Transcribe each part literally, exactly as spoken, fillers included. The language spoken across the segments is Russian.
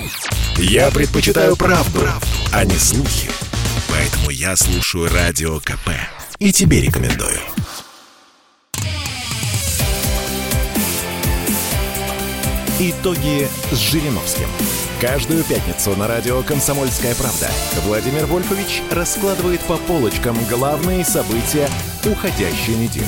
Я предпочитаю правду, правду, а не слухи. Поэтому я слушаю Радио КП. И тебе рекомендую. Итоги с Жириновским. Каждую пятницу на радио «Комсомольская правда» Владимир Вольфович раскладывает по полочкам главные события уходящей недели.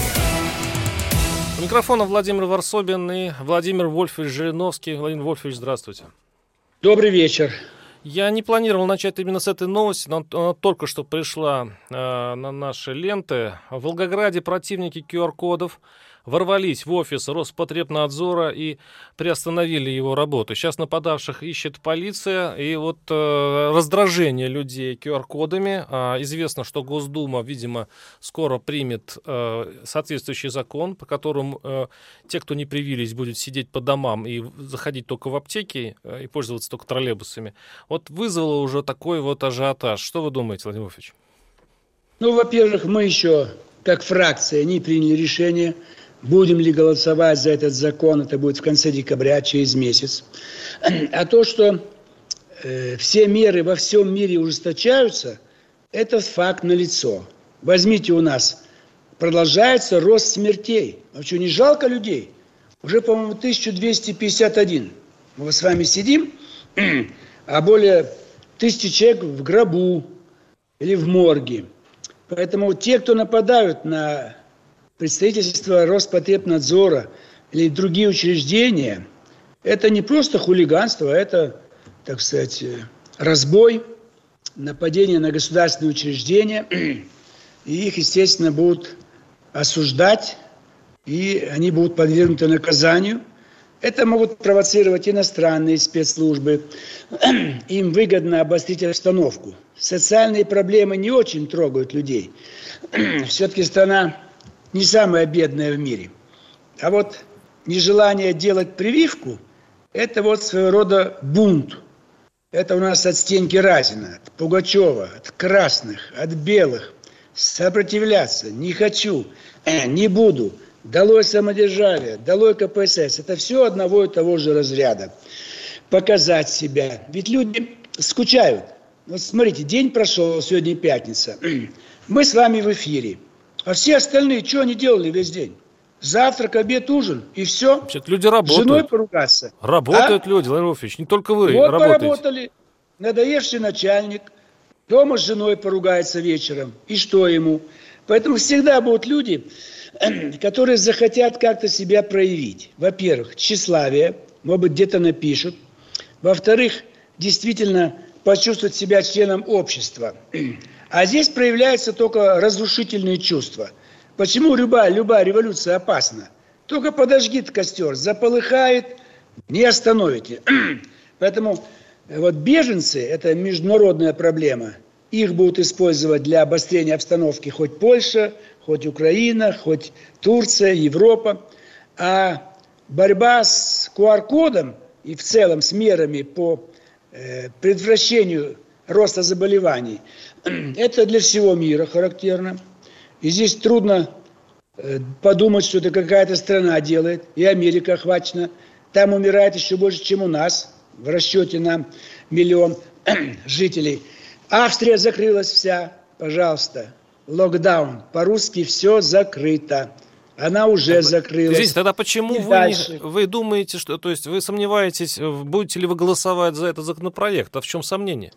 У микрофона Владимир Варсобин и Владимир Вольфович Жириновский. Владимир Вольфович, здравствуйте. Добрый вечер. Я не планировал начать именно с этой новости, но она только что пришла э, на наши ленты. В Волгограде противники ку ар-кодов ворвались в офис Роспотребнадзора и приостановили его работу. Сейчас нападавших ищет полиция, и вот э, раздражение людей ку ар-кодами. Э, известно, что Госдума, видимо, скоро примет э, соответствующий закон, по которому э, те, кто не привились, будут сидеть по домам и заходить только в аптеки э, и пользоваться только троллейбусами. Вот вызвало уже такой вот ажиотаж. Что вы думаете, Владимир Вольфович? Ну, во-первых, мы еще, как фракция, не приняли решение, будем ли голосовать за этот закон. Это будет в конце декабря, через месяц. А то, что э, все меры во всем мире ужесточаются, это факт налицо. Возьмите, у нас продолжается рост смертей. А что, не жалко людей? Уже, по-моему, тысяча двести пятьдесят один. Мы с вами сидим, а более тысячи человек в гробу или в морге. Поэтому те, кто нападают на представительство Роспотребнадзора или другие учреждения, это не просто хулиганство, это, так сказать, разбой, нападение на государственные учреждения. И их, естественно, будут осуждать, и они будут подвергнуты наказанию. Это могут провоцировать иностранные спецслужбы. Им выгодно обострить обстановку. Социальные проблемы не очень трогают людей. Все-таки страна не самая бедная в мире. А вот нежелание делать прививку – это вот своего рода бунт. Это у нас от Стеньки Разина, от Пугачева, от красных, от белых. Сопротивляться не хочу, не буду. Долой самодержавие, долой ка пэ эс эс. Это все одного и того же разряда. Показать себя. Ведь люди скучают. Вот смотрите, день прошел, сегодня пятница. Мы с вами в эфире. А все остальные, что они делали весь день? Завтрак, обед, ужин, и все. Вообще-то люди работают. С женой поругаться. Работают а? люди, Владимир Вольфович, не только вы вот работаете. поработали. Надоевший начальник. Дома с женой поругается вечером. И что ему? Поэтому всегда будут люди, которые захотят как-то себя проявить. Во-первых, тщеславие, может быть, где-то напишут. Во-вторых, действительно почувствовать себя членом общества. А здесь проявляются только разрушительные чувства. Почему любая, любая революция опасна? Только подожги костер, заполыхает, не остановите. Поэтому вот беженцы – это международная проблема. Их будут использовать для обострения обстановки хоть Польша, хоть Украина, хоть Турция, Европа. А борьба с ку ар-кодом и в целом с мерами по э, предотвращению роста заболеваний, это для всего мира характерно. И здесь трудно э, подумать, что это какая-то страна делает, и Америка охвачена. Там умирает еще больше, чем у нас, в расчете на миллион жителей. Австрия закрылась вся, пожалуйста. Локдаун. По-русски все закрыто. Она уже закрылась. Извините, тогда почему вы, не, вы думаете, что, то есть вы сомневаетесь, будете ли вы голосовать за этот законопроект? А в чем сомнение?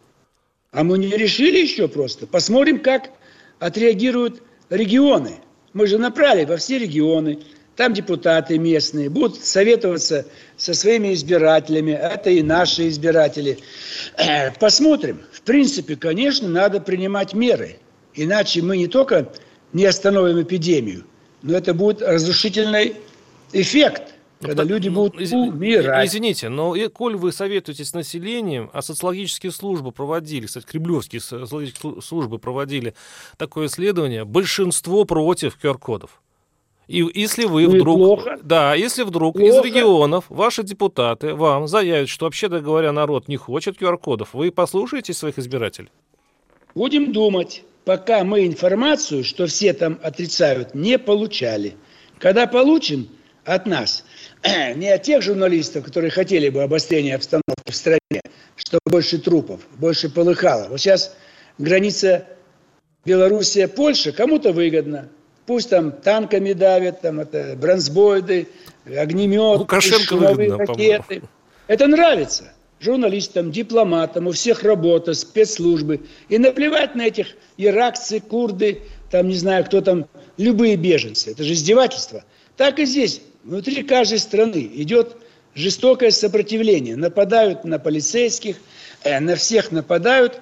А мы не решили еще просто. Посмотрим, как отреагируют регионы. Мы же направили во все регионы. Там депутаты местные будут советоваться со своими избирателями. Это и наши избиратели. Посмотрим. В принципе, конечно, надо принимать меры. Иначе мы не только не остановим эпидемию, но это будет разрушительный эффект, когда ну, люди будут ну, умирать. Извините, но и, коль вы советуетесь с населением, а социологические службы проводили, кстати, кремлевские социологические службы проводили такое исследование, большинство против ку ар-кодов. И если вы ну вдруг, плохо. да, если вдруг плохо. из регионов ваши депутаты вам заявят, что вообще-то говоря, народ не хочет ку ар-кодов, вы послушаете своих избирателей? Будем думать. Пока мы информацию, что все там отрицают, не получали. Когда получим, от нас. Не от тех журналистов, которые хотели бы обострения обстановки в стране, чтобы больше трупов, больше полыхало. Вот сейчас граница Белоруссия-Польша кому-то выгодно. Пусть там танками давят, там это бронзбойды, огнеметы, шумовые выгодно, ракеты. По-моему. Это нравится журналистам, дипломатам, у всех работа, спецслужбы. И наплевать на этих иракцы, курды, там не знаю, кто там, любые беженцы. Это же издевательство. Так и здесь. Внутри каждой страны идет жестокое сопротивление. Нападают на полицейских, на всех нападают.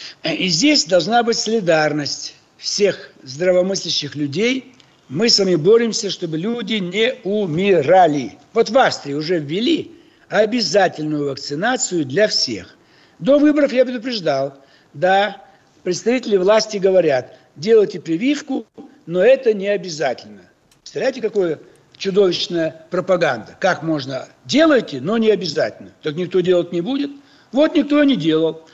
И здесь должна быть солидарность всех здравомыслящих людей. Мы с вами боремся, чтобы люди не умирали. Вот в Австрии уже ввели обязательную вакцинацию для всех. До выборов я предупреждал. Да, представители власти говорят, делайте прививку, но это не обязательно. Представляете, какое чудовищная пропаганда. Как можно? Делайте, но не обязательно. Так никто делать не будет. Вот никто и не делал.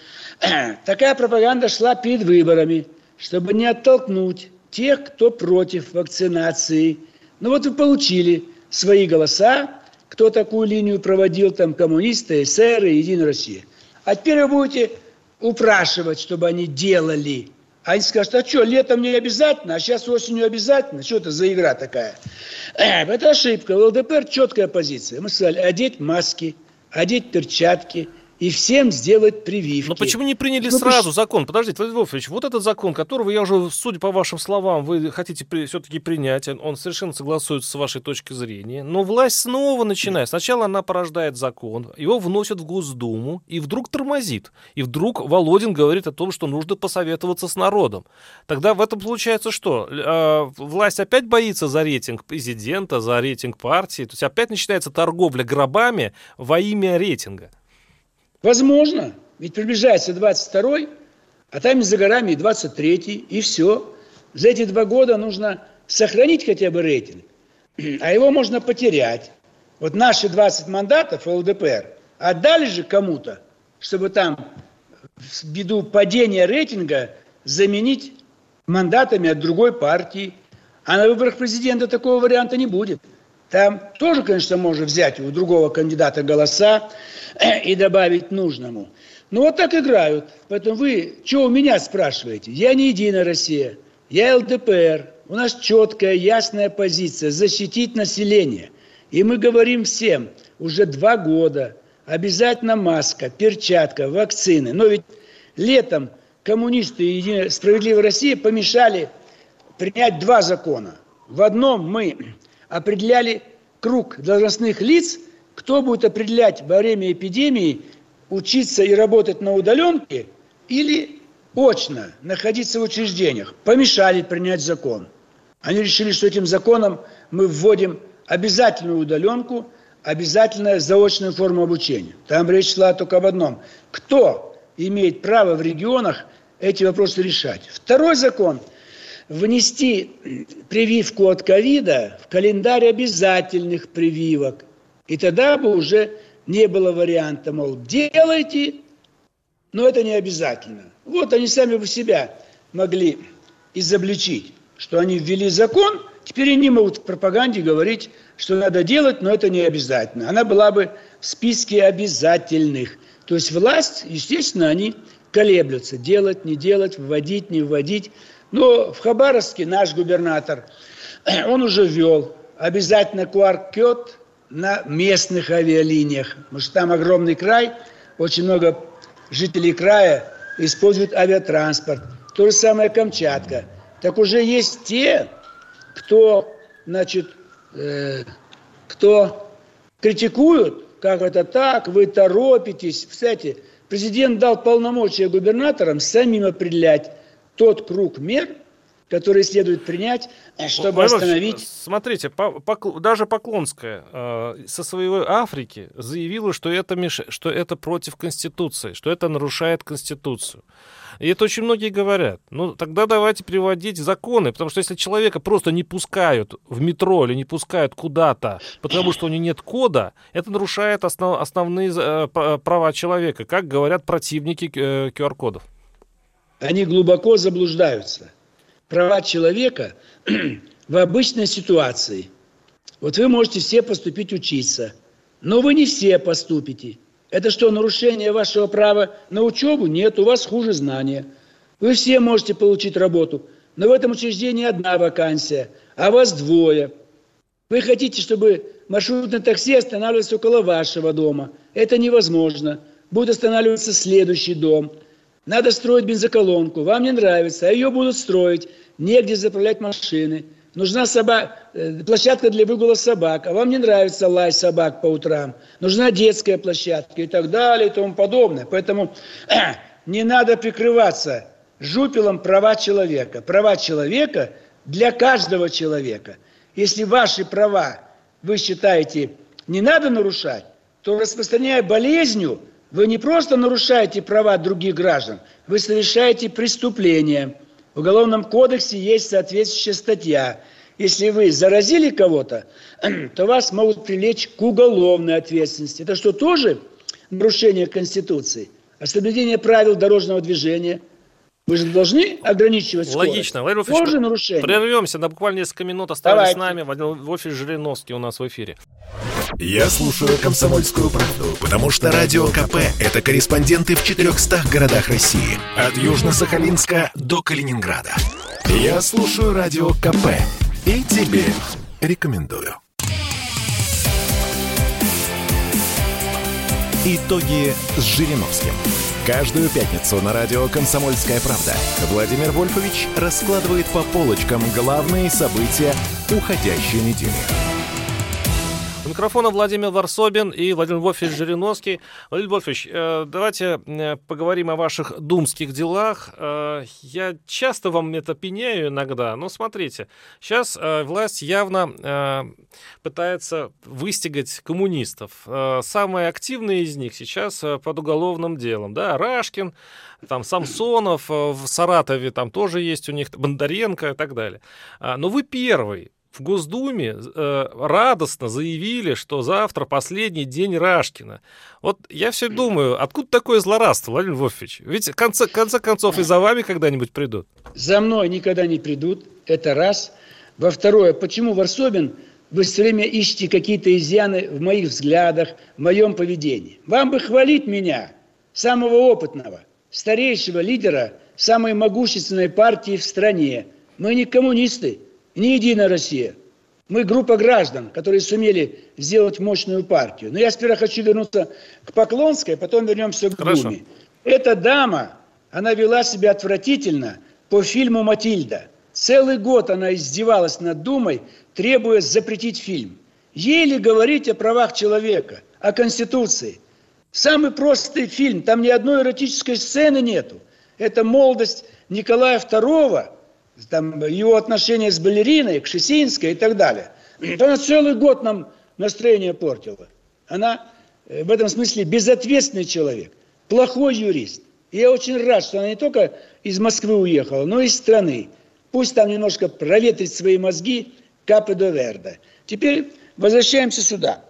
Такая пропаганда шла перед выборами, чтобы не оттолкнуть тех, кто против вакцинации. Ну вот вы получили свои голоса, кто такую линию проводил, там коммунисты, эсеры, Единая Россия. А теперь вы будете упрашивать, чтобы они делали. Они скажут, а что, летом не обязательно, а сейчас осенью обязательно? Что это за игра такая? Это ошибка. В ЛДПР четкая позиция. Мы сказали, одеть маски, одеть перчатки и всем сделать прививки. Но почему не приняли ну, сразу пусть... закон? Подождите, Владимир Вольфович, вот этот закон, которого я уже, судя по вашим словам, вы хотите при... все-таки принять, он совершенно согласуется с вашей точки зрения, но власть снова начинает. Сначала она порождает закон, его вносят в Госдуму и вдруг тормозит. И вдруг Володин говорит о том, что нужно посоветоваться с народом. Тогда в этом получается что? Э, власть опять боится за рейтинг президента, за рейтинг партии, то есть опять начинается торговля гробами во имя рейтинга. Возможно, ведь приближается двадцать второй, а там за горами и двадцать третий, и все. За эти два года нужно сохранить хотя бы рейтинг, а его можно потерять. Вот наши двадцать мандатов ЛДПР отдали же кому-то, чтобы там в беду падения рейтинга заменить мандатами от другой партии. А на выборах президента такого варианта не будет. Там тоже, конечно, можно взять у другого кандидата голоса и добавить нужному. Но вот так играют. Поэтому вы, что у меня спрашиваете? Я не Единая Россия, я ЛДПР. У нас четкая, ясная позиция – защитить население. И мы говорим всем, уже два года, обязательно маска, перчатка, вакцины. Но ведь летом коммунисты и Единая Справедливая Россия помешали принять два закона. В одном мы определяли круг должностных лиц, кто будет определять во время эпидемии, учиться и работать на удаленке или очно находиться в учреждениях. Помешали принять закон. Они решили, что этим законом мы вводим обязательную удаленку, обязательную заочную форму обучения. Там речь шла только об одном. Кто имеет право в регионах эти вопросы решать? Второй закон – внести прививку от ковида в календарь обязательных прививок. И тогда бы уже не было варианта, мол, делайте, но это не обязательно. Вот они сами бы себя могли изобличить, что они ввели закон, теперь они могут в пропаганде говорить, что надо делать, но это не обязательно. Она была бы в списке обязательных. То есть власть, естественно, они колеблются, делать, не делать, вводить, не вводить. Но в Хабаровске наш губернатор, он уже ввел обязательно ку ар-код на местных авиалиниях. Потому что там огромный край, очень много жителей края используют авиатранспорт. То же самое Камчатка. Так уже есть те, кто, значит, э, кто критикуют, как это так, вы торопитесь. Кстати, президент дал полномочия губернаторам самим определять тот круг мер, который следует принять, чтобы Владимир, остановить... Смотрите, по, по, даже Поклонская э, со своей Африки заявила, что это, меш... что это против Конституции, что это нарушает Конституцию. И это очень многие говорят. Ну, тогда давайте приводить законы, потому что если человека просто не пускают в метро или не пускают куда-то, потому что у него нет кода, это нарушает основ... основные э, права человека, как говорят противники э, ку ар-кодов. Они глубоко заблуждаются. Права человека в обычной ситуации Вот вы можете все поступить учиться, но вы не все поступите. Это что, нарушение вашего права на учебу? Нет, у вас хуже знания. Вы все можете получить работу, но в этом учреждении одна вакансия, а вас двое. Вы хотите, чтобы маршрутное такси останавливалось около вашего дома. Это невозможно. Будет останавливаться следующий дом. Надо строить бензоколонку. Вам не нравится, а ее будут строить. Негде заправлять машины. Нужна соба... площадка для выгула собак, а вам не нравится лай собак по утрам. Нужна детская площадка и так далее и тому подобное. Поэтому не надо прикрываться жупелом права человека. Права человека для каждого человека. Если ваши права, вы считаете, не надо нарушать, то, распространяя болезнью, вы не просто нарушаете права других граждан, вы совершаете преступление. В Уголовном кодексе есть соответствующая статья. Если вы заразили кого-то, то вас могут привлечь к уголовной ответственности. Это что, тоже нарушение Конституции? А соблюдение правил дорожного движения? Вы же должны ограничивать скорость. Логично. Владимир Вольфович, тоже нарушение. Прервемся на буквально несколько минут. Оставайтесь Давайте. с нами. Владимир Вольфович Жириновский у нас в эфире. Я слушаю «Комсомольскую правду», потому что Радио КП – это корреспонденты в четырехстах городах России. От Южно-Сахалинска до Калининграда. Я слушаю Радио КП и тебе рекомендую. Итоги с Жириновским. Каждую пятницу на радио «Комсомольская правда» Владимир Вольфович раскладывает по полочкам главные события уходящей недели. У микрофона Владимир Варсобин и Владимир Вольфович Жириновский. Владимир Вольфович, давайте поговорим о ваших думских делах. Я часто вам это пеняю иногда, но смотрите, сейчас власть явно пытается выстигать коммунистов. Самые активные из них сейчас под уголовным делом. Да, Рашкин, там Самсонов, в Саратове там тоже есть у них Бондаренко и так далее. Но вы первый в Госдуме э, радостно заявили, что завтра последний день Рашкина. Вот я все думаю, откуда такое злорадство, Владимир Вольфович? Ведь в конце, конце концов и за вами когда-нибудь придут. За мной никогда не придут, это раз. Во второе, почему, Варсобин, вы все время ищете какие-то изъяны в моих взглядах, в моем поведении? Вам бы хвалить меня, самого опытного, старейшего лидера самой могущественной партии в стране. Мы не коммунисты. Не Единая Россия. Мы группа граждан, которые сумели сделать мощную партию. Но я сперва хочу вернуться к Поклонской, потом вернемся к Думе. Эта дама, она вела себя отвратительно по фильму «Матильда». Целый год она издевалась над Думой, требуя запретить фильм. Ей ли говорить о правах человека, о Конституции? Самый простой фильм, там ни одной эротической сцены нету. Это молодость Николая второго, там, его отношения с балериной, Кшесинской и так далее. Она целый год нам настроение портила. Она в этом смысле безответственный человек, плохой юрист. И я очень рад, что она не только из Москвы уехала, но и из страны. Пусть там немножко проветрит свои мозги Капе до Верде. Теперь возвращаемся сюда.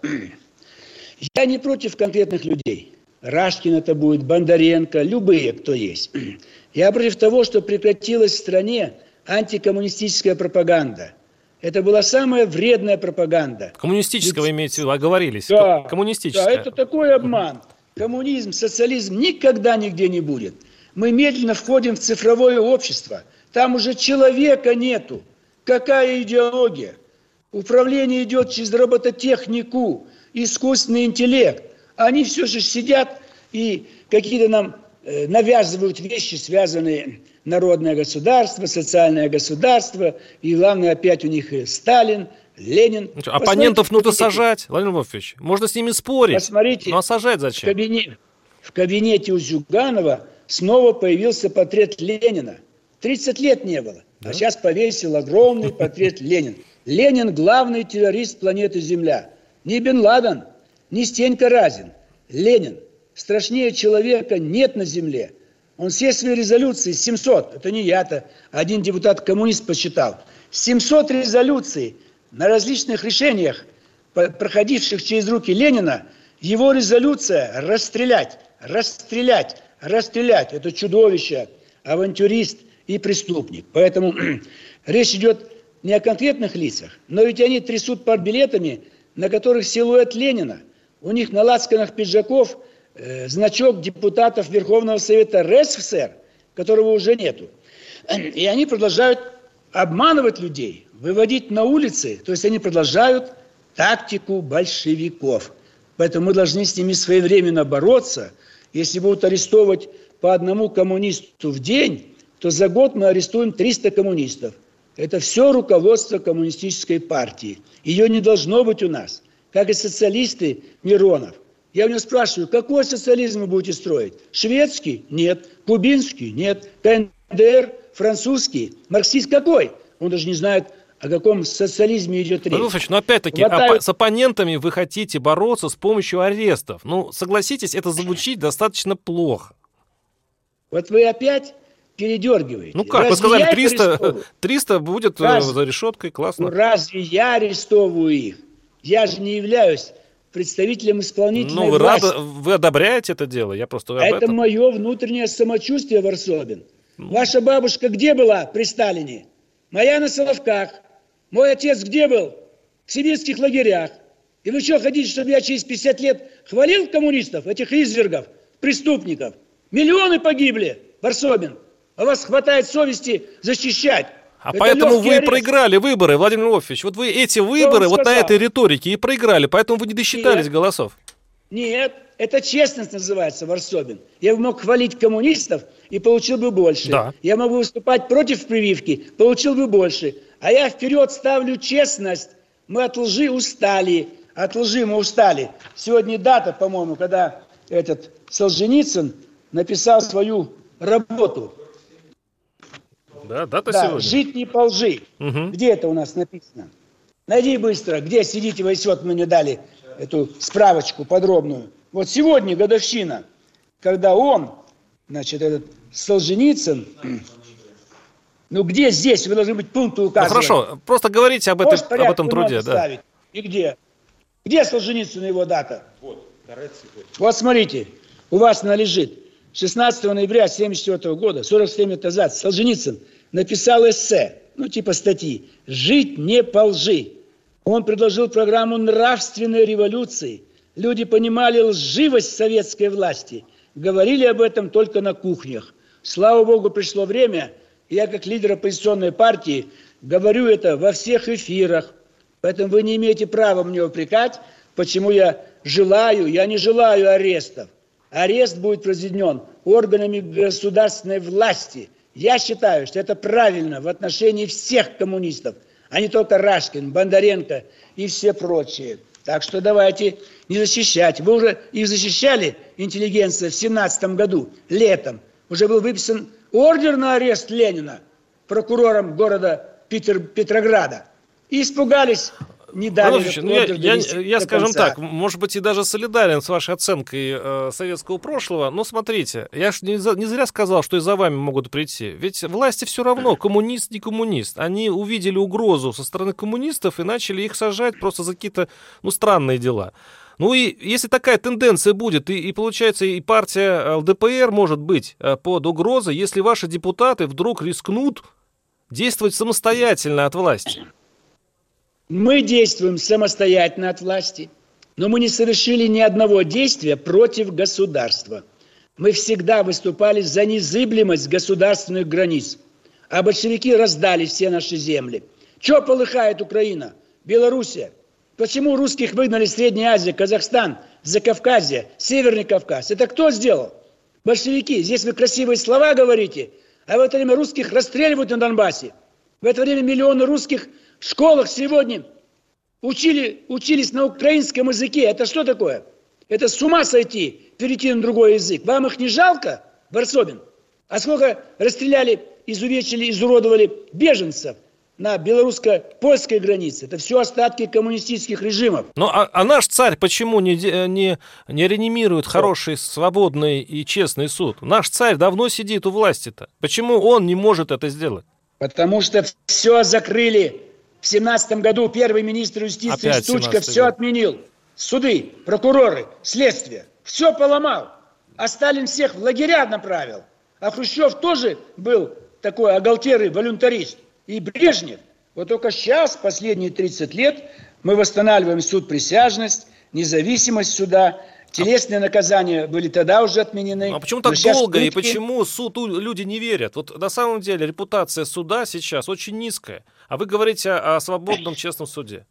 Я не против конкретных людей. Рашкин это будет, Бондаренко, любые, кто есть. Я против того, что прекратилась в стране антикоммунистическая пропаганда. Это была самая вредная пропаганда. Коммунистического Ведь... имеете в виду, оговорились. Да, Коммунистическая. Да, это такой обман. Коммунизм, социализм никогда нигде не будет. Мы медленно входим в цифровое общество. Там уже человека нету. Какая идеология? Управление идет через робототехнику, искусственный интеллект. Они все же сидят и какие-то нам э, навязывают вещи, связанные народное государство, социальное государство. И главное, опять у них Сталин, Ленин. Ну, оппонентов нужно сажать, Владимир Вольфович. Можно с ними спорить. Посмотрите, ну а сажать зачем? В кабинете, в кабинете у Зюганова снова появился портрет Ленина. тридцать лет не было. Да? А сейчас повесил огромный портрет Ленина. Ленин – главный террорист планеты Земля. Не Бен Ладен, не Стенька Разин. Ленин. Страшнее человека нет на Земле. Он все свои резолюции, семьсот, это не я-то, один депутат-коммунист посчитал, семьсот резолюций на различных решениях, проходивших через руки Ленина, его резолюция расстрелять, расстрелять, расстрелять. Это чудовище, авантюрист и преступник. Поэтому речь идет не о конкретных лицах, но ведь они трясут партбилетами, на которых силуэт Ленина. У них на лацканах пиджаков э, значок депутатов Верховного Совета РСФСР, которого уже нету. И они продолжают обманывать людей, выводить на улицы, то есть они продолжают тактику большевиков. Поэтому мы должны с ними своевременно бороться. Если будут арестовывать по одному коммунисту в день, то за год мы арестуем триста коммунистов. Это все руководство коммунистической партии. Ее не должно быть у нас. Как и социалисты Миронов. Я у него спрашиваю, какой социализм вы будете строить? Шведский? Нет. Кубинский? Нет. КНДР? Французский? Марксист какой? Он даже не знает, о каком социализме идет речь. Ну, но опять-таки, Хватает... опа- с оппонентами вы хотите бороться с помощью арестов. Ну, согласитесь, это звучит достаточно плохо. Вот вы опять передергиваете. Ну как, разве вы сказали, триста, триста будет разве... за решеткой, классно. Ну разве я арестовываю их? Я же не являюсь представителем исполнительной ну, вы власти. Рады, вы одобряете это дело? Я просто об Это этом. мое внутреннее самочувствие, Варсобин. Ну. Ваша бабушка где была при Сталине? Моя на Соловках. Мой отец где был? В сибирских лагерях. И вы что, хотите, чтобы я через пятьдесят лет хвалил коммунистов, этих извергов, преступников? Миллионы погибли, Варсобин. А вас хватает совести защищать. А это поэтому вы и арест. проиграли выборы, Владимир Вольфович. Вот вы эти выборы вот на этой риторике и проиграли, поэтому вы не досчитались Нет. голосов. Нет, это честность называется, Варсобин. Я бы мог хвалить коммунистов и получил бы больше. Да. Я могу выступать против прививки, получил бы больше. А я вперед ставлю честность. Мы от лжи устали. От лжи мы устали. Сегодня дата, по-моему, когда этот Солженицын написал свою работу. Да, дата да, сегодня. «Жить не по лжи». Угу. Где это у нас написано? Найди быстро, где сидите вы, вот мне дали эту справочку подробную. Вот сегодня годовщина, когда он, значит, этот Солженицын, ну где здесь? Вы должны быть пункты указывать. Ну хорошо, просто говорите об, этой, об этом труде. Да. Ставить. И где? Где Солженицын его дата? Вот, вот смотрите, у вас она лежит. шестнадцатого ноября тысяча девятьсот семьдесят четвёртого года, сорок семь лет назад, Солженицын написал эссе, ну типа статьи «Жить не по лжи». Он предложил программу нравственной революции. Люди понимали лживость советской власти, говорили об этом только на кухнях. Слава Богу, пришло время, я как лидер оппозиционной партии говорю это во всех эфирах. Поэтому вы не имеете права мне упрекать, почему я желаю, я не желаю арестов. Арест будет произведен органами государственной власти. Я считаю, что это правильно в отношении всех коммунистов, а не только Рашкин, Бондаренко и все прочие. Так что давайте не защищать. Вы уже их защищали, интеллигенция, в семнадцатом году, летом. Уже был выписан ордер на арест Ленина прокурором города Питер, Петрограда. И испугались. Не дали Владимир, ну, я, я, я скажем так, может быть, и даже солидарен с вашей оценкой э, советского прошлого, но смотрите, я ж не, за, не зря сказал, что и за вами могут прийти. Ведь власти все равно, коммунист, не коммунист. Они увидели угрозу со стороны коммунистов и начали их сажать просто за какие-то, ну, странные дела. Ну и если такая тенденция будет, и, и получается, и партия ЛДПР может быть под угрозой, если ваши депутаты вдруг рискнут действовать самостоятельно от власти. Мы действуем самостоятельно от власти, но мы не совершили ни одного действия против государства. Мы всегда выступали за незыблемость государственных границ, а большевики раздали все наши земли. Чего полыхает Украина, Белоруссия? Почему русских выгнали в Средней Азии, Казахстан, Закавказье, Северный Кавказ? Это кто сделал? Большевики. Здесь вы красивые слова говорите, а в это время русских расстреливают на Донбассе. В это время миллионы русских в школах сегодня учили, учились на украинском языке. Это что такое? Это с ума сойти, перейти на другой язык. Вам их не жалко, Варсобин? А сколько расстреляли, изувечили, изуродовали беженцев на белорусско-польской границе? Это все остатки коммунистических режимов. Ну, а, а наш царь почему не, не, не реанимирует хороший, свободный и честный суд? Наш царь давно сидит у власти-то. Почему он не может это сделать? Потому что все закрыли. В семнадцатом году первый министр юстиции Опять Стучко все год. отменил. Суды, прокуроры, следствие. Все поломал. А Сталин всех в лагеря направил. А Хрущев тоже был такой оголтелый волюнтарист. И Брежнев. Вот только сейчас, последние тридцать лет, мы восстанавливаем суд присяжность, независимость суда. Телесные наказания были тогда уже отменены. А почему так долго пытки... и почему суду люди не верят? Вот на самом деле репутация суда сейчас очень низкая. А вы говорите о, о свободном, честном суде.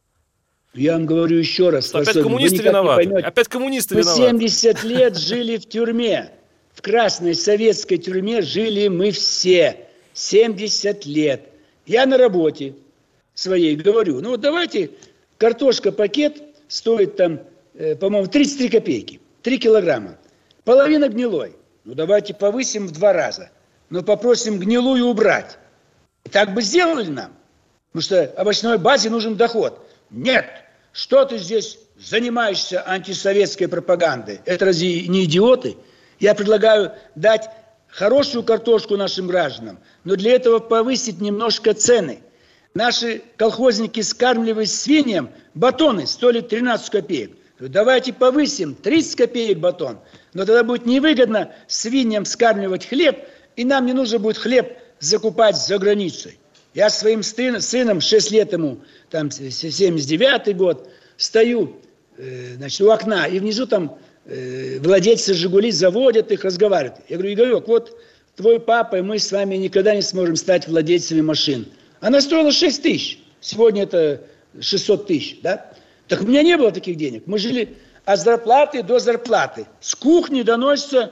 Я вам говорю еще раз. Опять коммунисты виноваты. Опять коммунисты мы виноваты. семьдесят лет жили в тюрьме. В красной советской тюрьме жили мы все. семьдесят лет. Я на работе своей говорю, ну вот давайте, картошка пакет стоит там, э, по-моему, тридцать три копейки. три килограмма. Половина гнилой. Ну давайте повысим в два раза. Но попросим гнилую убрать. И так бы сделали нам. Потому что овощной базе нужен доход. Нет. Что ты здесь занимаешься антисоветской пропагандой? Это разве не идиоты? Я предлагаю дать хорошую картошку нашим гражданам, но для этого повысить немножко цены. Наши колхозники скармливали свиньям батоны, стоили тринадцать копеек. Давайте повысим тридцать копеек батон, но тогда будет невыгодно свиньям скармливать хлеб, и нам не нужно будет хлеб закупать за границей. Я своим сыном, шесть лет ему, там семьдесят девятый год, стою э, значит, у окна, и внизу там э, владельцы «Жигули» заводят их, разговаривают. Я говорю: Игорек, вот твой папа и мы с вами никогда не сможем стать владельцами машин. Она стоила шесть тысяч, сегодня это шестьсот тысяч, да? Так у меня не было таких денег. Мы жили от зарплаты до зарплаты. С кухни доносится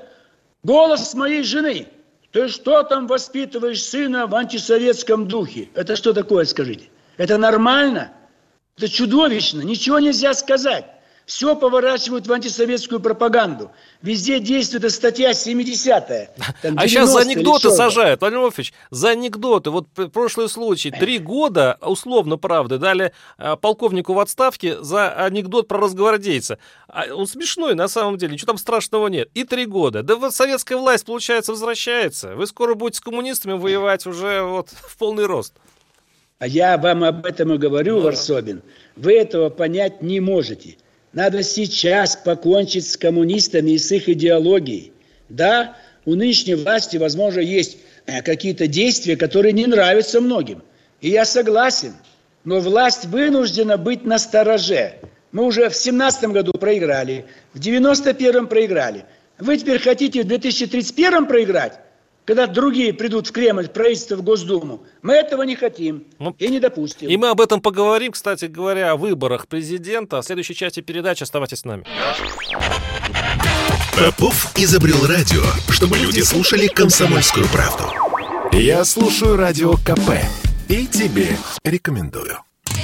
голос моей жены. Ты что там воспитываешь сына в антисоветском духе? Это что такое, скажите? Это нормально? Это чудовищно. Ничего нельзя сказать. Все поворачивают в антисоветскую пропаганду. Везде действует статья семидесятая. Там, а сейчас за анекдоты сажают, Владимир Вольфович, за анекдоты. Вот прошлый случай. Три года, условно, правда, дали а, полковнику в отставке за анекдот про росгвардейца. А он смешной на самом деле, ничего там страшного нет. И три года. Да вот советская власть, получается, возвращается. Вы скоро будете с коммунистами воевать уже вот в полный рост. А я вам об этом и говорю, да. Варсобин. Вы этого понять не можете. Надо сейчас покончить с коммунистами и с их идеологией. Да, у нынешней власти, возможно, есть какие-то действия, которые не нравятся многим. И я согласен. Но власть вынуждена быть настороже. Мы уже в семнадцатом году проиграли, в девяносто первом проиграли. Вы теперь хотите в две тысячи тридцать первом проиграть? Когда другие придут в Кремль, в правительство, в Госдуму. Мы этого не хотим ну, и не допустим. И мы об этом поговорим, кстати говоря, о выборах президента. В следующей части передачи оставайтесь с нами. Попов изобрел радио, чтобы люди слушали «Комсомольскую правду». Я слушаю радио КП и тебе рекомендую.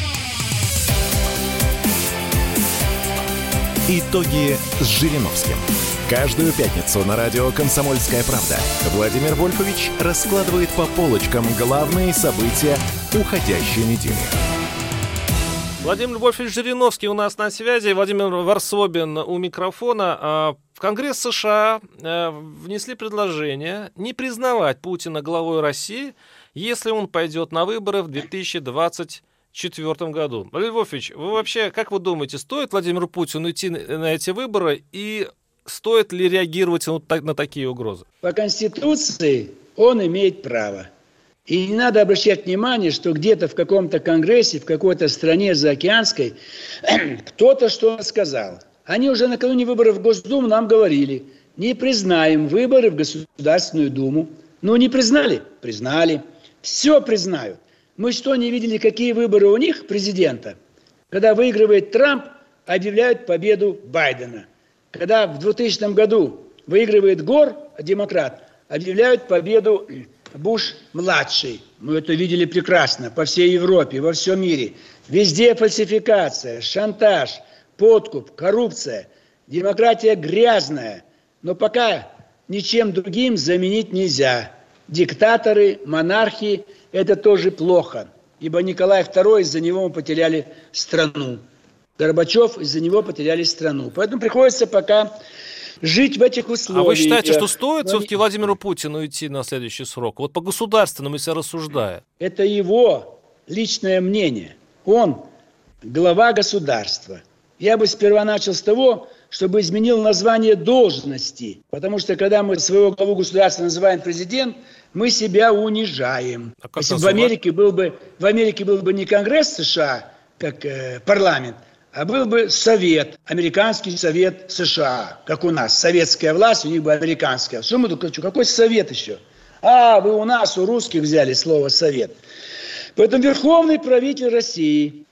Итоги с Жириновским. Каждую пятницу на радио «Комсомольская правда» Владимир Вольфович раскладывает по полочкам главные события уходящей недели. Владимир Вольфович Жириновский у нас на связи, Владимир Варсобин у микрофона. В Конгресс США внесли предложение не признавать Путина главой России, если он пойдет на выборы в две тысячи двадцать четвёртом году. Владимир Вольфович, вы вообще, как вы думаете, стоит Владимиру Путину идти на эти выборы и стоит ли реагировать на такие угрозы? По Конституции он имеет право. И не надо обращать внимание, что где-то в каком-то конгрессе, в какой-то стране заокеанской кто-то что-то сказал. Они уже накануне выборов в Госдуму нам говорили: не признаем выборы в Государственную Думу. Ну, не признали? Признали. Все признают. Мы что, не видели, какие выборы у них, президента? Когда выигрывает Трамп, объявляют победу Байдена. Когда в двухтысячном году выигрывает Гор, демократ, объявляют победу Буш-младший. Мы это видели прекрасно по всей Европе, во всем мире. Везде фальсификация, шантаж, подкуп, коррупция. Демократия грязная, но пока ничем другим заменить нельзя. Диктаторы, монархии – это тоже плохо, ибо Николай второй, из-за него мы потеряли страну. Горбачев, из-за него потеряли страну. Поэтому приходится пока жить в этих условиях. А вы считаете, что стоит Но... все-таки Владимиру Путину идти на следующий срок? Вот по государственному, если рассуждая. Это его личное мнение. Он глава государства. Я бы сперва начал с того, чтобы изменил название должности. Потому что, когда мы своего главу государства называем президент, мы себя унижаем. А Если бы в Америке был бы, в Америке был бы не Конгресс США, как э, парламент, а был бы Совет, Американский Совет США, как у нас. Советская власть, у них бы американская. Что мы тут хочу? Какой Совет еще? А, вы у нас, у русских взяли слово «совет». Поэтому верховный правитель России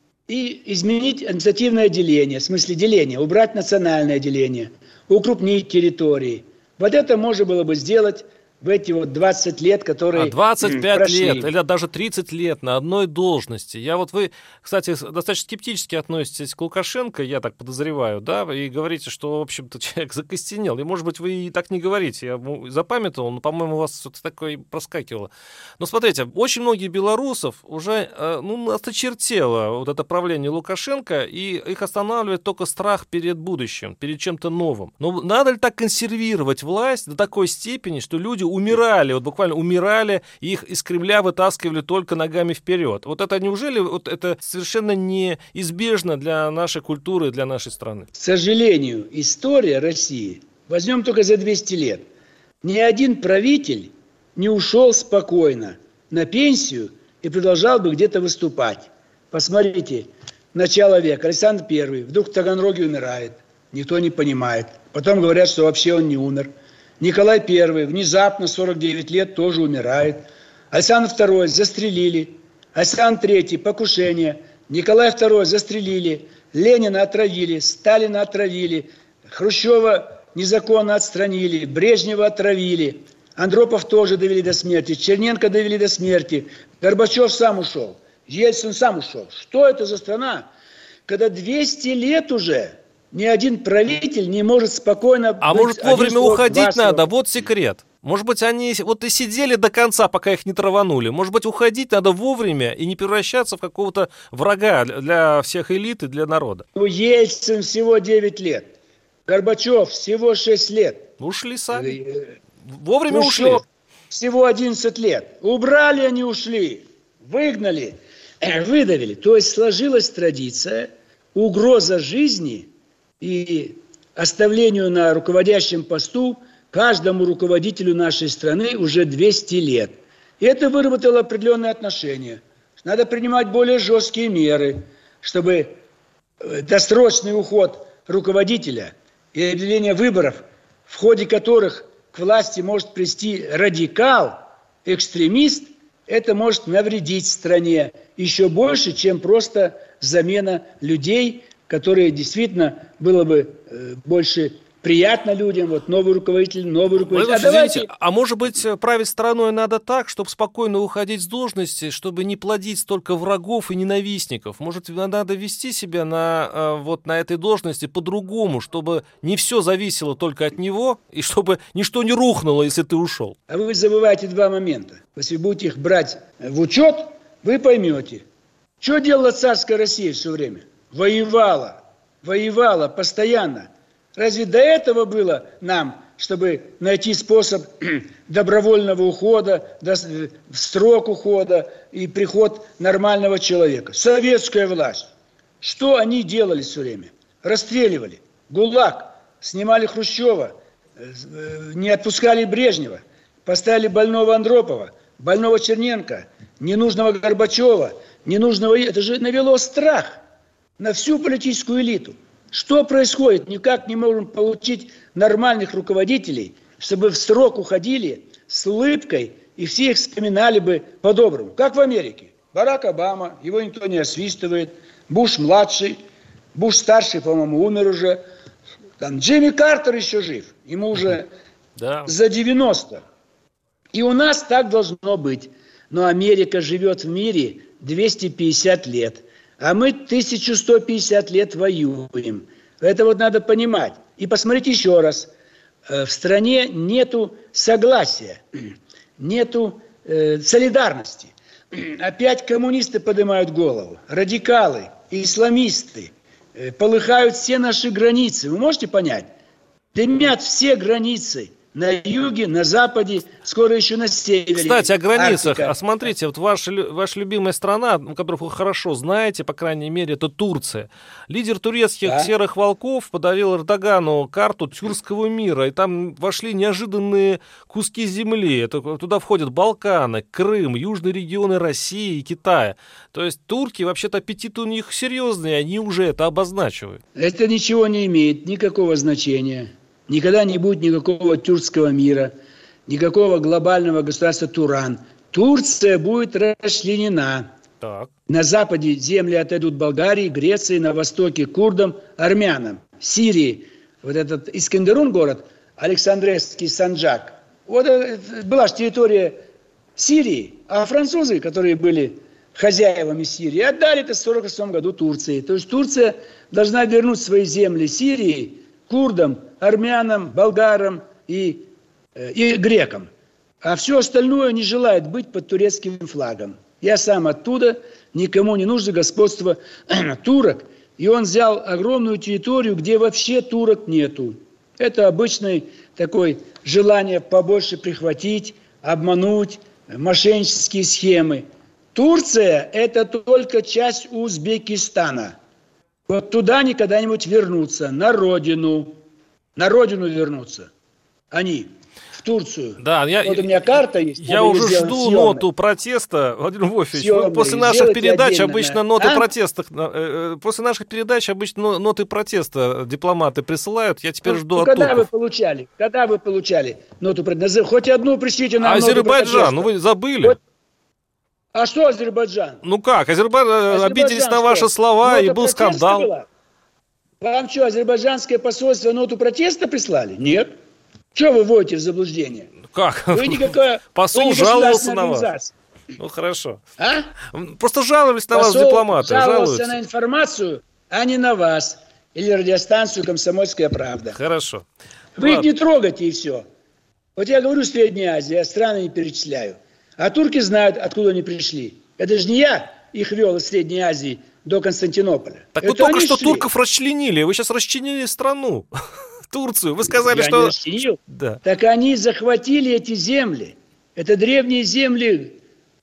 и изменить административное деление, в смысле деление, убрать национальное деление, укрупнить территории. Вот это можно было бы сделать в эти вот двадцать лет, которые а двадцать пять прошли. лет или даже тридцать лет на одной должности. Я вот вы, кстати, достаточно скептически относитесь к Лукашенко, я так подозреваю, да, и говорите, что, в общем-то, человек закостенел. И, может быть, вы и так не говорите. Я запамятовал, но, по-моему, у вас что-то такое проскакивало. Но смотрите, очень многие белорусов уже, ну, осточертело вот это правление Лукашенко, и их останавливает только страх перед будущим, перед чем-то новым. Но надо ли так консервировать власть до такой степени, что люди умирали, вот буквально умирали, и их из Кремля вытаскивали только ногами вперед. Вот это неужели вот это совершенно неизбежно для нашей культуры, для нашей страны? К сожалению, история России, возьмем только за двести лет, ни один правитель не ушел спокойно на пенсию и продолжал бы где-то выступать. Посмотрите, начало века, Александр Первый вдруг в Таганроге умирает, никто не понимает. Потом говорят, что вообще он не умер. Николай Первый внезапно, сорок девять лет, тоже умирает. Александр Второй застрелили. Александр Третий покушение. Николай Второй застрелили. Ленина отравили. Сталина отравили. Хрущева незаконно отстранили. Брежнева отравили. Андропов тоже довели до смерти. Черненко довели до смерти. Горбачев сам ушел. Ельцин сам ушел. Что это за страна, когда двести лет уже ни один правитель не может спокойно... А может, вовремя уходить надо? Вот секрет. Может быть, они вот и сидели до конца, пока их не траванули. Может быть, уходить надо вовремя и не превращаться в какого-то врага для всех элит и для народа. У Ельцин всего девять лет. Горбачев всего шесть лет. Ушли сами. Вовремя ушли. Всего одиннадцать лет. Убрали, они ушли. Выгнали. Выдавили. То есть сложилась традиция, угроза жизни и оставлению на руководящем посту каждому руководителю нашей страны уже двести лет. И это выработало определенные отношения. Надо принимать более жесткие меры, чтобы досрочный уход руководителя и объявление выборов, в ходе которых к власти может прийти радикал, экстремист, это может навредить стране еще больше, чем просто замена людей, которые действительно было бы э, больше приятно людям, вот новый руководитель, новый руководитель. А, давайте... а может быть, править страной надо так, чтобы спокойно уходить с должности, чтобы не плодить столько врагов и ненавистников? Может, надо вести себя на, вот, на этой должности по-другому, чтобы не все зависело только от него, и чтобы ничто не рухнуло, если ты ушел? А вы забываете два момента. Если будете их брать в учет, вы поймете, что делала царская Россия все время. Воевала, воевала постоянно. Разве до этого было нам, чтобы найти способ добровольного ухода, срок ухода и приход нормального человека? Советская власть. Что они делали все время? Расстреливали. ГУЛАГ. Снимали Хрущева. Не отпускали Брежнева. Поставили больного Андропова, больного Черненко, ненужного Горбачева, ненужного... Это же навело страх на всю политическую элиту. Что происходит? Никак не можем получить нормальных руководителей, чтобы в срок уходили с улыбкой и все их вспоминали бы по-доброму. Как в Америке. Барак Обама, его никто не освистывает. Буш-младший, Буш-старший, по-моему, умер уже. Там Джимми Картер еще жив. Ему уже да. за девяносто. И у нас так должно быть. Но Америка живет в мире двести пятьдесят лет. А мы тысяча сто пятьдесят лет воюем. Это вот надо понимать. И посмотрите еще раз. В стране нету согласия, нету э, солидарности. Опять коммунисты поднимают голову, радикалы, исламисты. Э, полыхают все наши границы. Вы можете понять? Дымят все границы на юге, на западе, скоро еще на севере. Кстати, о границах. Арктика. А смотрите, вот ваша, ваша любимая страна, которую вы хорошо знаете, по крайней мере, это Турция. Лидер турецких да. серых волков подарил Эрдогану карту тюркского мира, и там вошли неожиданные куски земли. Это, туда входят Балканы, Крым, южные регионы России и Китая. То есть турки, вообще-то, аппетит у них серьезный, они уже это обозначивают. Это ничего не имеет, никакого значения. Никогда не будет никакого тюркского мира, никакого глобального государства Туран. Турция будет расчленена. Так. На западе земли отойдут Болгарии, Греции, на востоке курдам, армянам. В Сирии, вот этот Искандерун город, Александрийский Санджак. Вот была же территория Сирии, а французы, которые были хозяевами Сирии, отдали это в сорок шестом году Турции. То есть Турция должна вернуть свои земли Сирии, курдам, армянам, болгарам и, и грекам. А все остальное не желает быть под турецким флагом. Я сам оттуда, никому не нужно господство турок. И он взял огромную территорию, где вообще турок нету. Это обычное такое желание побольше прихватить, обмануть, мошеннические схемы. Турция – это только часть Узбекистана. Вот туда они когда-нибудь вернутся, на родину. На родину вернутся. Они в Турцию. Да, я, вот у меня карта есть. Я уже жду съемной. Ноту протеста, Владимир Вольфович. Съемной. После наших передач отдельно, обычно да. ноты а? протеста. После наших передач обычно ноты протеста дипломаты присылают. Я теперь ну, жду ну, от когда турков. вы получали? Когда вы получали ноту протеста? Хоть одну пришлите нам. Азербайджан, ну вы забыли. Вот. А что Азербайджан? Ну как, Азербайджан, Азербайджан обиделись на ваши слова, нота и был скандал. Была? Вам что, азербайджанское посольство ноту протеста прислали? Нет. Что вы вводите в заблуждение? Как? Вы никакая... Посол вы жаловался на вас. Ну хорошо. А? Просто жаловались на Посол вас дипломаты. жаловался жалуются. на информацию, а не на вас. Или радиостанцию «Комсомольская правда». Хорошо. Вы Ладно. их не трогайте, и все. Вот я говорю Средняя Азия, я страны не перечисляю. А турки знают, откуда они пришли. Это же не я их вел из Средней Азии до Константинополя. Так это вы только что шли. турков расчленили. Вы сейчас расчленили страну. Турцию. Вы сказали, я что... не расчленил. Да. Так они захватили эти земли. Это древние земли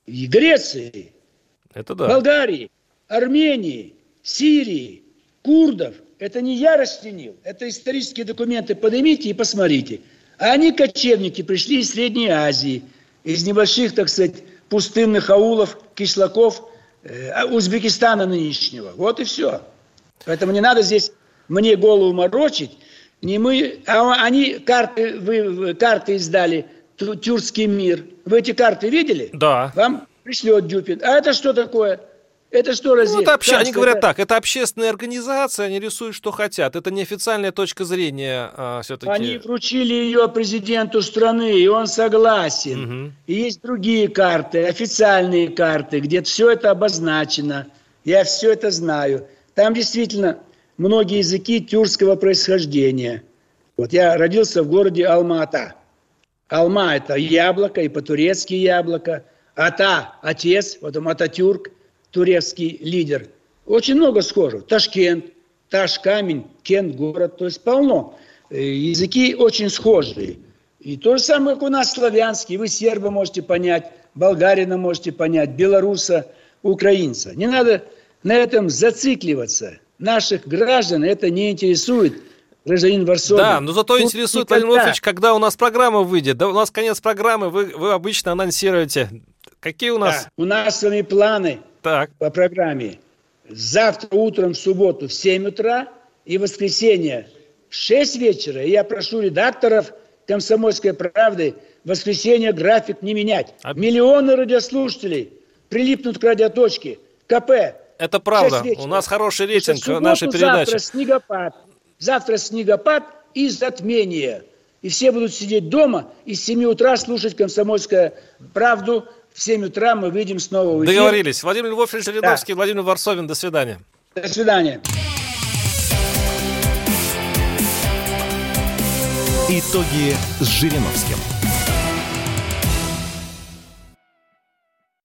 Греции, это да. Болгарии, Армении, Сирии, курдов. Это не я расчленил. Это исторические документы. Поднимите и посмотрите. А они, кочевники, пришли из Средней Азии, из небольших, так сказать, пустынных аулов, кишлаков, э, Узбекистана нынешнего. Вот и все. Поэтому не надо здесь мне голову морочить. Не мы, а они карты, вы, карты издали, «Тюркский мир». Вы эти карты видели? Да. Вам пришлет Дюпин. А это что такое? Это что, разве? Ну, это обще... Они говорят это... так, это общественная организация, они рисуют, что хотят. Это неофициальная точка зрения а, все-таки. Они вручили ее президенту страны, и он согласен. Угу. И есть другие карты, официальные карты, где все это обозначено. Я все это знаю. Там действительно многие языки тюркского происхождения. Вот я родился в городе Алма-Ата. Алма – это яблоко, и по-турецки яблоко. Ата – отец, потом Ататюрк, турецкий лидер. Очень много схожих. Ташкент, Таш – камень, Кент – город. То есть полно. Языки очень схожие. И то же самое, как у нас славянский. Вы серба можете понять, болгарина можете понять, белоруса, украинца. Не надо на этом зацикливаться. Наших граждан это не интересует. Гражданин Варсобин. Да, но зато Тут интересует, Владимир Вольфович, когда у нас программа выйдет. Да, у нас конец программы, вы, вы обычно анонсируете. Какие у нас? Да, у нас с вами планы так. по программе. Завтра утром в субботу в семь утра и в воскресенье в шесть вечера. И я прошу редакторов «Комсомольской правды» в воскресенье график не менять. А... Миллионы радиослушателей прилипнут к радиоточке. КП. Это правда. У нас хороший рейтинг нашей передачи. Завтра снегопад. Завтра снегопад и затмение. И все будут сидеть дома и с семи утра слушать «Комсомольскую правду». В семь утра мы выйдем снова в эфир. Договорились. Владимир Львович Жириновский, да. Владимир Варсобин. До свидания. До свидания. Итоги с Жириновским.